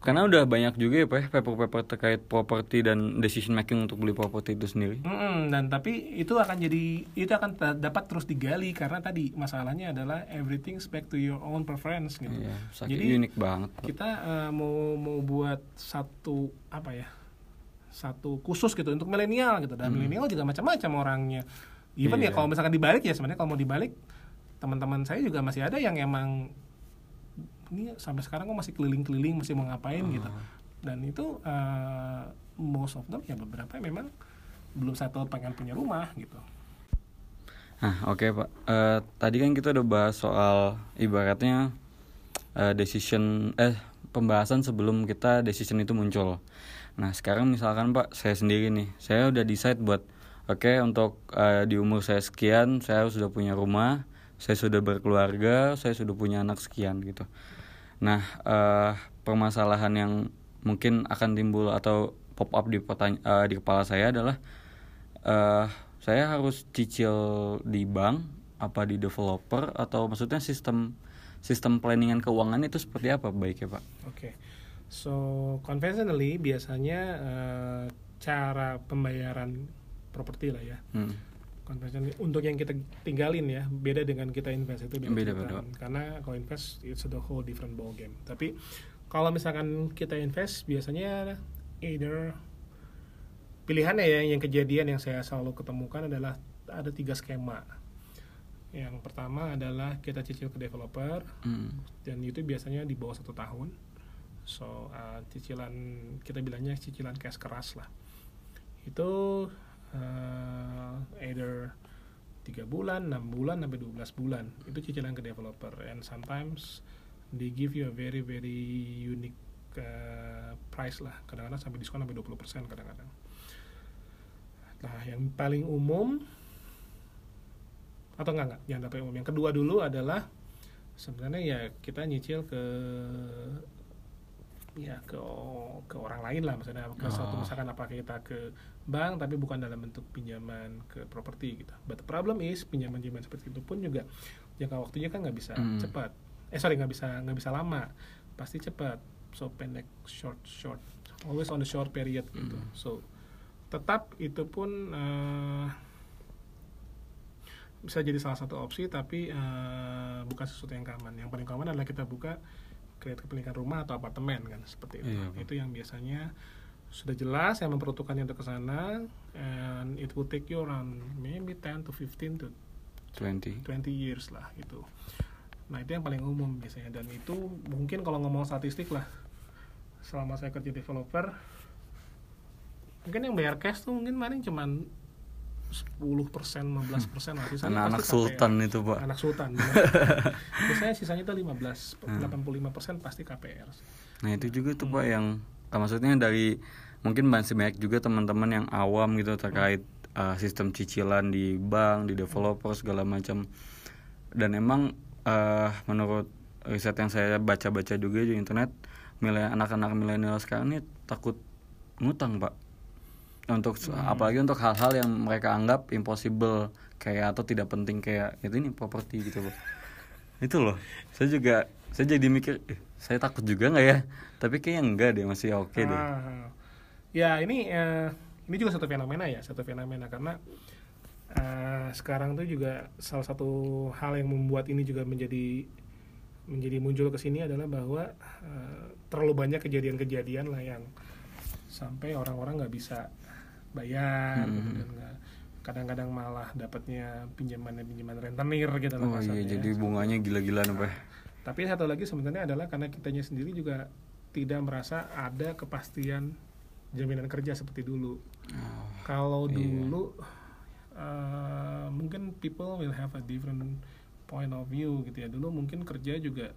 Karena udah banyak juga ya Pak paper-paper terkait properti dan decision making untuk beli properti itu sendiri. Mm-mm, dan tapi itu akan jadi itu akan t- dapat terus digali karena tadi masalahnya adalah everything back to your own preference gitu. Iya, jadi unik banget. Pak. Kita uh, mau mau buat satu apa ya? Satu khusus gitu untuk milenial gitu. Dan hmm. milenial juga macam-macam orangnya. Even iya. ya kalau misalkan dibalik ya sebenarnya kalau mau dibalik teman-teman saya juga masih ada yang emang ini sampai sekarang kok masih keliling-keliling masih mau ngapain uh. gitu dan itu uh, most of them ya beberapa memang belum settle pengen punya rumah gitu. Nah oke okay, Pak, uh, tadi kan kita udah bahas soal ibaratnya uh, decision eh pembahasan sebelum kita decision itu muncul. Nah sekarang misalkan Pak saya sendiri nih saya udah decide buat oke okay, untuk uh, di umur saya sekian saya sudah punya rumah, saya sudah berkeluarga, saya sudah punya anak sekian gitu. Nah, uh, permasalahan yang mungkin akan timbul atau pop up di, pertanya- uh, di kepala saya adalah uh, saya harus cicil di bank, apa di developer, atau maksudnya sistem sistem planningan keuangan itu seperti apa baiknya Pak? Oke, okay. So conventionally biasanya uh, cara pembayaran properti lah ya. Hmm. Konvensional untuk yang kita tinggalin ya beda dengan kita invest itu beda, beda karena kalau invest it's a whole different ball game. Tapi kalau misalkan kita invest biasanya either pilihannya ya yang kejadian yang saya selalu ketemukan adalah ada tiga skema. Yang pertama adalah kita cicil ke developer hmm. dan itu biasanya di bawah satu tahun. So uh, cicilan kita bilangnya cicilan cash keras lah. Itu Uh, either tiga bulan, enam bulan, sampai dua belas bulan itu cicilan ke developer and sometimes they give you a very very unique uh, price lah, kadang-kadang sampai diskon sampai dua puluh persen kadang-kadang. Nah yang paling umum atau enggak enggak yang dapat umum yang kedua dulu adalah sebenarnya ya kita nyicil ke ya ke ke orang lain lah maksudnya ke oh. suatu misalkan apa kita ke bank tapi bukan dalam bentuk pinjaman ke properti gitu. But the problem is pinjaman-pinjaman seperti itu pun juga jangka waktunya kan nggak bisa mm. cepat. Eh sorry nggak bisa nggak bisa lama, pasti cepat. So pendek short short always on the short period gitu. Mm. So tetap itu pun uh, bisa jadi salah satu opsi tapi uh, bukan sesuatu yang aman. Yang paling aman adalah kita buka kredit kepemilikan rumah atau apartemen kan seperti itu. Iya, itu yang biasanya sudah jelas yang memperuntukkannya untuk ke sana and it will take you around maybe ten to fifteen to twenty years lah gitu. Nah, itu yang paling umum biasanya dan itu mungkin kalau ngomong statistik lah selama saya kerja developer mungkin yang bayar cash tuh mungkin paling cuman sepuluh persen, lima belas persen lah sisanya anak sultan ya. Itu Pak anak sultan biasanya sisanya itu lima belas, delapan puluh lima persen pasti K P R. Nah itu juga tuh hmm. Pak yang maksudnya dari mungkin masih banyak juga teman-teman yang awam gitu terkait hmm. uh, sistem cicilan di bank, di developer segala macam dan emang uh, menurut riset yang saya baca-baca juga di internet milenial, anak-anak milenial sekarang ini takut ngutang Pak untuk hmm. apalagi untuk hal-hal yang mereka anggap impossible kayak atau tidak penting kayak itu ini properti gitu loh. Itu loh. Saya juga saya jadi mikir eh, saya takut juga nggak ya? Tapi kayaknya enggak deh, masih oke okay deh. Ah, ya ini uh, ini juga satu fenomena ya, satu fenomena karena uh, sekarang tuh juga salah satu hal yang membuat ini juga menjadi menjadi muncul ke sini adalah bahwa uh, terlalu banyak kejadian-kejadian lah yang sampai orang-orang nggak bisa bayar hmm. gitu, dan gak, kadang-kadang malah dapatnya pinjaman pinjaman rentenir gitu lah. Oh iya, jadi bunganya gila-gilaan apa? Tapi satu lagi sebenarnya adalah karena kitanya sendiri juga tidak merasa ada kepastian jaminan kerja seperti dulu. Oh, Kalau iya. dulu uh, mungkin people will have a different point of view gitu ya. Dulu mungkin kerja juga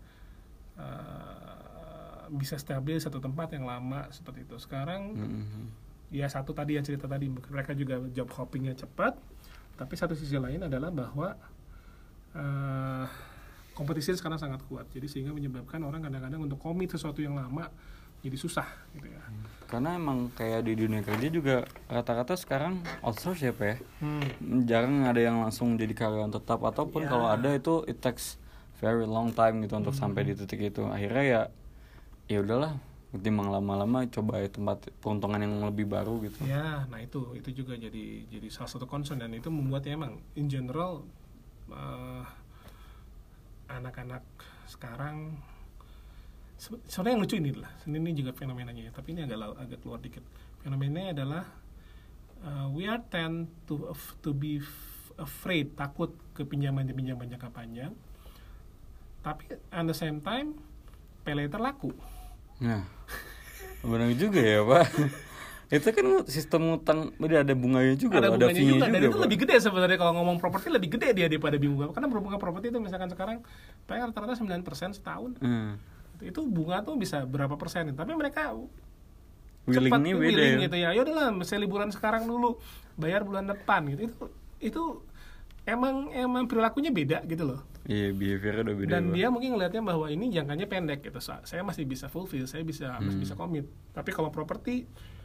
uh, bisa stabil satu tempat yang lama seperti itu. Sekarang mm-hmm. ya satu tadi yang cerita tadi mereka juga job hoppingnya cepat, tapi satu sisi lain adalah bahwa uh, kompetisi sekarang sangat kuat, jadi sehingga menyebabkan orang kadang-kadang untuk komit sesuatu yang lama jadi susah gitu ya. Karena emang kayak di dunia kerja juga rata-rata sekarang outsource ya Pak ya, hmm. jarang ada yang langsung jadi karyawan tetap ataupun yeah. kalau ada itu it takes very long time gitu untuk hmm. sampai di titik itu. Akhirnya ya ya udahlah ketimbang lama-lama coba tempat peruntungan yang lebih baru gitu. Ya, nah itu itu juga jadi jadi salah satu concern, dan itu membuatnya emang in general uh, anak-anak sekarang sebenarnya yang lucu ini lah, ini juga fenomenanya ya, tapi ini agak agak keluar dikit. Fenomenanya adalah uh, we are tend to to be afraid, takut ke pinjaman pinjaman jangka panjang, tapi at the same time pay later laku. Nah, benar juga ya Pak. Itu kan sistem utang, ada bunganya juga, ada, ada fee-nya juga, dan itu Pak. Lebih gede sebenarnya kalau ngomong properti, lebih gede dia daripada bunga. Karena bunga properti itu misalkan sekarang paling rata-rata sembilan persen setahun. Hmm. Itu bunga tuh bisa berapa persen, tapi mereka cepat willing gitu ya. Ya udahlah, saya liburan sekarang dulu, bayar bulan depan gitu. Itu itu emang emang perilakunya beda gitu loh. Iya, behavior udah beda. Dan Pak. Dia mungkin ngelihatnya bahwa ini jangkanya pendek gitu. Saya masih bisa fulfill, saya bisa hmm. masih bisa komit. Tapi kalau properti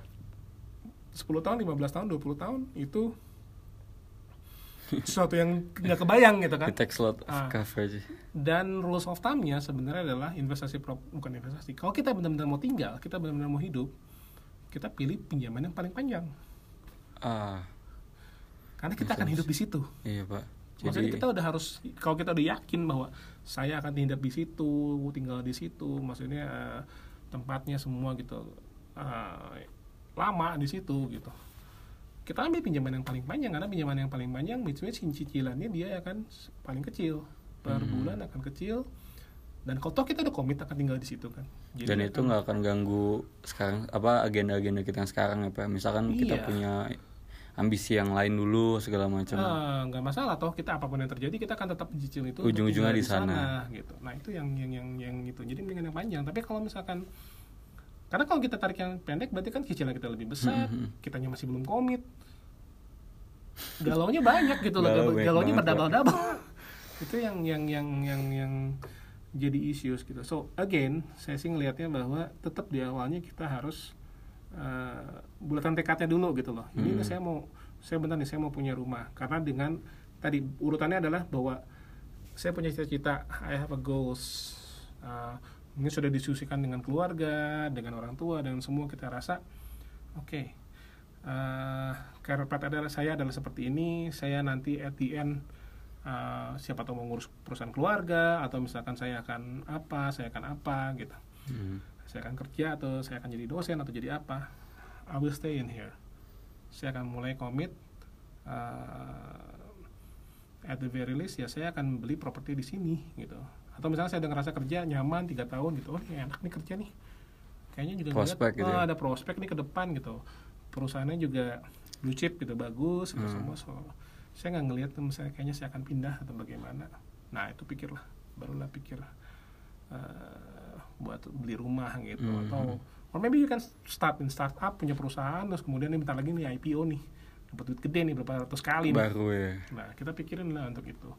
sepuluh tahun, lima belas tahun, dua puluh tahun itu sesuatu yang nggak kebayang gitu kan. It takes a lot of ah. coverage. Dan rules of thumb-nya sebenarnya adalah investasi pro, bukan investasi. Kalau kita benar-benar mau tinggal, kita benar-benar mau hidup, kita pilih pinjaman yang paling panjang. Ah. Karena kita akan hidup di situ. Iya, Pak. Maksudnya kita udah harus, kalau kita udah yakin bahwa saya akan hidup di situ, tinggal di situ, maksudnya uh, tempatnya semua gitu uh, lama di situ gitu. Kita ambil pinjaman yang paling panjang, karena pinjaman yang paling panjang which means cicilannya dia akan paling kecil per hmm. bulan, akan kecil. Dan kalau toh kita udah komit akan tinggal di situ kan. Jadi dan itu nggak akan ganggu sekarang apa agenda-agenda kita yang sekarang apa? Misalkan iya. kita punya ambisi yang lain dulu segala macam. Ah, nggak masalah toh, kita apapun yang terjadi kita akan tetap mencicil itu. Ujung-ujungnya di sana. sana gitu. Nah, itu yang yang yang yang itu. Jadi mendingan yang panjang. Tapi kalau misalkan, karena kalau kita tarik yang pendek berarti kan cicilan kita lebih besar, mm-hmm. kitanya masih belum komit. Galaunya banyak gitu loh. Galaunya berdouble-double. Itu yang yang yang yang yang jadi issues gitu. So again, saya sih ngelihatnya bahwa tetap di awalnya kita harus Uh, bulatan tekadnya dulu gitu loh. Ini hmm. saya mau, saya bentar nih, saya mau punya rumah. Karena dengan tadi urutannya adalah bahwa saya punya cita-cita, I have a goals. Uh, ini sudah diskusikan dengan keluarga, dengan orang tua, dan semua kita rasa, oke, okay, uh, career path adalah saya adalah seperti ini. Saya nanti at the end uh, siapa tahu mau ngurus perusahaan keluarga, atau misalkan saya akan apa, saya akan apa gitu. Hmm. Saya akan kerja atau saya akan jadi dosen atau jadi apa, I will stay in here. Saya akan mulai komit uh, at the very least ya saya akan beli properti di sini gitu. Atau misalnya saya udah ngerasa kerja nyaman tiga tahun gitu, oh ini enak nih kerja nih, kayaknya juga prospek ngeliat, gitu oh, ya? Ada prospek nih ke depan gitu, perusahaannya juga blue chip gitu, bagus gitu hmm. semua. So, saya nggak ngelihat tuh misalnya kayaknya saya akan pindah atau bagaimana. Nah itu pikirlah, barulah pikir uh, buat beli rumah gitu, mm-hmm. atau or maybe you can start in startup, punya perusahaan, terus kemudian nih bentar lagi nih I P O nih, dapat duit gede nih berapa ratus kali baru nih. Ya. Nah kita pikirin lah untuk itu.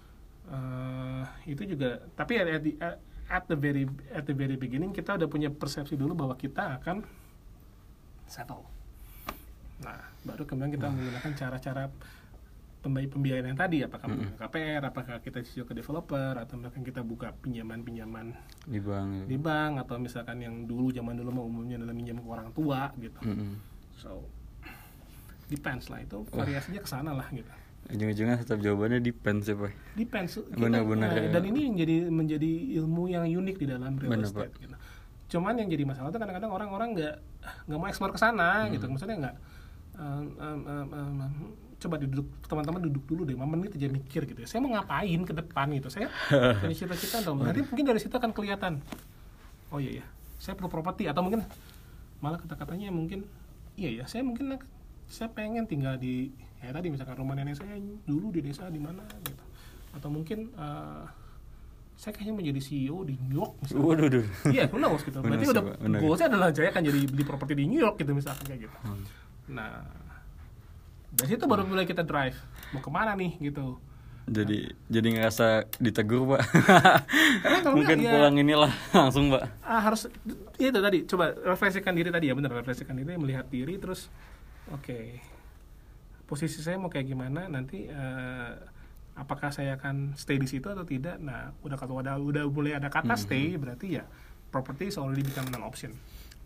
Uh, itu juga, tapi at the, at the very at the very beginning kita udah punya persepsi dulu bahwa kita akan settle. Nah baru kemudian kita hmm. menggunakan cara-cara pembiayaan yang tadi, apakah mm-hmm. K P R, apakah kita cicil ke developer, atau misalkan kita buka pinjaman-pinjaman di bank, ya. di bank, atau misalkan yang dulu zaman dulu mau umumnya adalah minjam ke orang tua gitu. Mm-hmm. So depends lah, itu variasinya ke sana lah gitu. Ujung-ujungnya tetap jawabannya depends ya Pak. Depends. Benar-benar. Nah, dan ini menjadi menjadi ilmu yang unik di dalam real Benar, estate Pak. gitu. Cuman yang jadi masalah itu kadang-kadang orang-orang nggak nggak mau eksplor ke sana hmm. gitu. Maksudnya nggak um, um, um, um, coba duduk, teman-teman duduk dulu deh, lima menit aja mikir gitu ya. Saya mau ngapain ke depan gitu. Saya punya cita-cita atau nanti mungkin dari situ akan kelihatan. Oh iya ya, saya perlu properti, atau mungkin malah kata-katanya mungkin iya ya, saya mungkin saya pengen tinggal di ya tadi misalkan rumah nenek saya dulu di desa di mana gitu. Atau mungkin uh, saya kayaknya menjadi C E O di New York misalnya. Waduh, waduh. Iya, who knows gitu. Berarti udah goalsnya adalah saya akan jadi beli properti di New York gitu misalkan kayak gitu. Hmm. Nah, dari situ baru mulai kita drive mau kemana nih gitu. Jadi nah. jadi ngerasa ditegur Pak. Mungkin ya, pulang inilah langsung Pak. Ah, harus itu tadi coba refleksikan diri tadi ya, benar, refleksikan diri, melihat diri terus oke. Okay, posisi saya mau kayak gimana nanti, uh, apakah saya akan stay di situ atau tidak. Nah, udah kalau ada udah mulai ada kata mm-hmm. stay, berarti ya property is already become an option.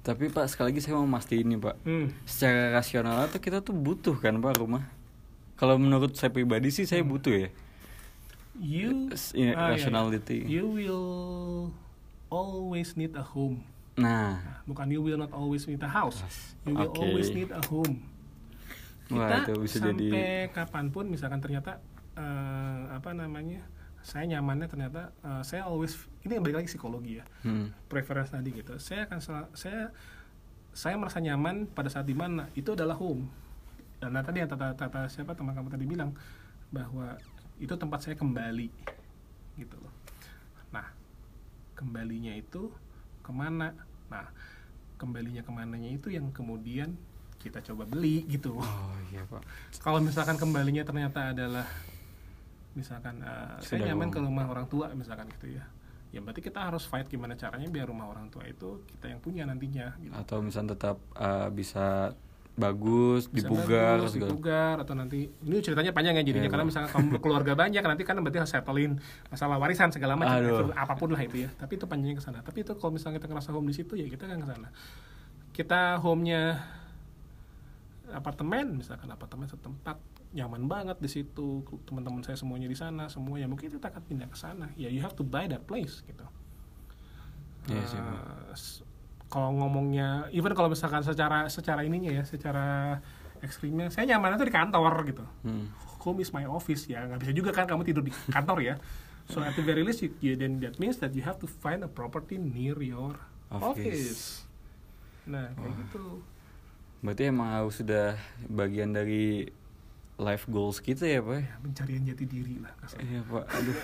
Tapi Pak, sekali lagi saya mau mastiin nih Pak, hmm. secara rasional tuh kita tuh butuh kan Pak rumah? Kalau menurut saya pribadi sih saya hmm. butuh ya. You ah, rationality. Yeah, yeah. You will always need a home. Nah, bukan you will not always need a house. You will okay. always need a home. Kita Wah, itu bisa sampai jadi... kapanpun misalkan ternyata uh, apa namanya? Saya nyamannya ternyata uh, saya always ini balik lagi psikologi ya, hmm. preference tadi gitu. Saya akan saya saya merasa nyaman pada saat dimana itu adalah home. Dan nah, tadi yang tata, tata siapa teman kamu tadi bilang bahwa itu tempat saya kembali gitu loh. Nah kembalinya itu kemana? Nah kembalinya kemananya itu yang kemudian kita coba beli gitu. Oh iya Pak. Kalau misalkan kembalinya ternyata adalah misalkan uh, saya nyaman ke rumah orang tua misalkan gitu ya, ya berarti kita harus fight gimana caranya biar rumah orang tua itu kita yang punya nantinya gitu. Atau misalnya tetap uh, bisa bagus, bisa dibugar bagus, dibugar atau nanti ini ceritanya panjang ya jadinya, yeah, karena misalkan kamu keluarga banyak nanti kan berarti harus settlein masalah warisan segala macam apapun lah itu ya, tapi itu panjangnya ke sana. Tapi itu kalau misalnya kita ngerasa home di situ ya kita kan ke sana. Kita home-nya apartemen misalkan, apartemen setempat nyaman banget di situ, teman-teman saya semuanya di sana semuanya, mungkin kita akan pindah ke sana ya, you have to buy that place gitu. Iya sih, uh, kalau ngomongnya even kalau misalkan secara secara ininya ya, secara ekstrimnya saya nyaman itu di kantor gitu. hmm. Home is my office ya, nggak bisa juga kan kamu tidur di kantor ya. So at the very least you, you, then that means that you have to find a property near your office, office. Nah kayak oh. gitu. Berarti emang sudah bagian dari life goals kita ya Pak? Ya, pencarian jati diri lah. Iya Pak, aduh.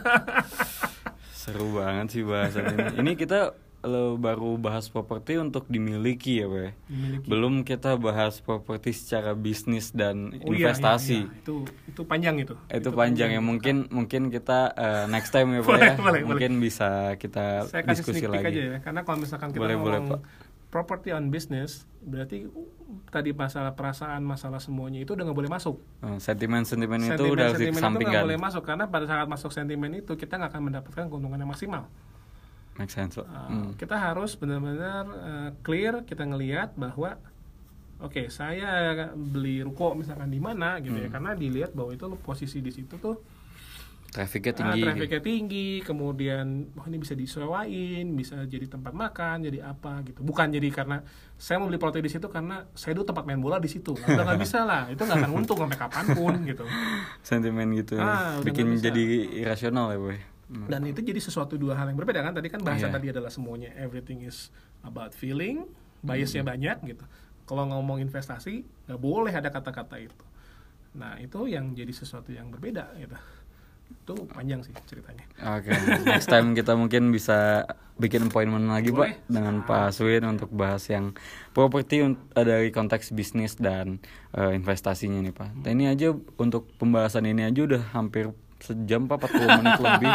Seru banget sih bahasan ini. Ini kita lo baru bahas properti untuk dimiliki ya Pak? Dimiliki. Belum kita bahas properti secara bisnis dan oh, investasi. Iya, iya, iya. Itu itu panjang itu. Itu, itu panjang, panjang ya, mungkin kita. mungkin kita uh, next time ya Pak boleh, ya. Boleh, mungkin boleh. Bisa kita Saya diskusi lagi. Aja ya, karena kalau misalkan kita boleh, ngomong boleh, property on business, berarti uh, tadi masalah perasaan, masalah semuanya itu udah nggak boleh masuk. Oh, sentimen-sentimen itu udah sentimen dikesampingkan. Itu nggak boleh masuk karena pada saat masuk sentimen itu kita nggak akan mendapatkan keuntungan yang maksimal. Make sense. Uh, hmm. Kita harus benar-benar uh, clear, kita ngelihat bahwa oke okay, saya beli ruko misalkan di mana gitu hmm. ya, karena dilihat bahwa itu posisi di situ tuh trafficnya tinggi, uh, trafficnya tinggi, kemudian oh ini bisa disewain, bisa jadi tempat makan, jadi apa gitu. Bukan jadi karena saya mau beli properti di situ karena saya dulu tempat main bola di situ. Udah nggak bisa lah, itu nggak akan untung sampai kapanpun gitu. Sentimen gitu, ah, bikin jadi irasional ya boy. Hmm. Dan itu jadi sesuatu dua hal yang berbeda kan. Tadi kan bahasa yeah. tadi adalah semuanya everything is about feeling, biasnya hmm. banyak gitu. Kalau ngomong investasi nggak boleh ada kata-kata itu. Nah itu yang jadi sesuatu yang berbeda gitu. Itu panjang sih ceritanya. Oke, okay. Next time kita mungkin bisa bikin appointment lagi boleh. Pak dengan ah. Pak Aswin untuk bahas yang properti dari konteks bisnis dan uh, investasinya nih Pak. Hmm. Nah, ini aja untuk pembahasan ini aja udah hampir sejam Pak, empat puluh menit lebih.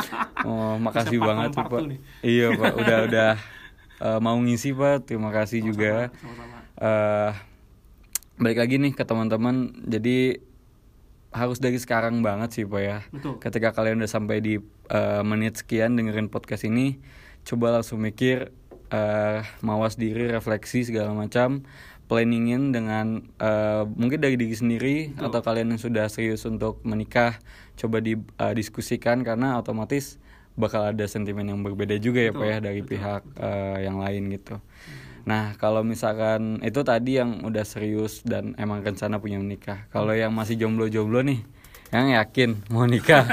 Oh, makasih banget sih Pak. Nih. Iya Pak, udah udah uh, mau ngisi Pak. Terima kasih sama-sama, juga. Sama-sama. Uh, balik lagi nih ke teman-teman. Jadi harus dari sekarang banget sih Pak ya. Betul. Ketika kalian udah sampai di uh, menit sekian dengerin podcast ini, coba langsung mikir, uh, mawas diri, refleksi segala macam, planningin dengan uh, mungkin dari diri sendiri. Betul. Atau kalian yang sudah serius untuk menikah, coba didiskusikan uh, karena otomatis bakal ada sentimen yang berbeda juga ya Pak ya dari betul, pihak betul. Uh, yang lain gitu. Hmm. Nah kalau misalkan itu tadi yang udah serius dan emang rencana punya menikah. Kalau yang masih jomblo-jomblo nih, yang yakin mau nikah.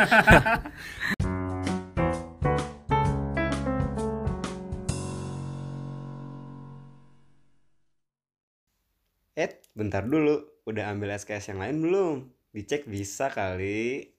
Eh, bentar dulu. Udah ambil S K S yang lain belum? Dicek bisa kali.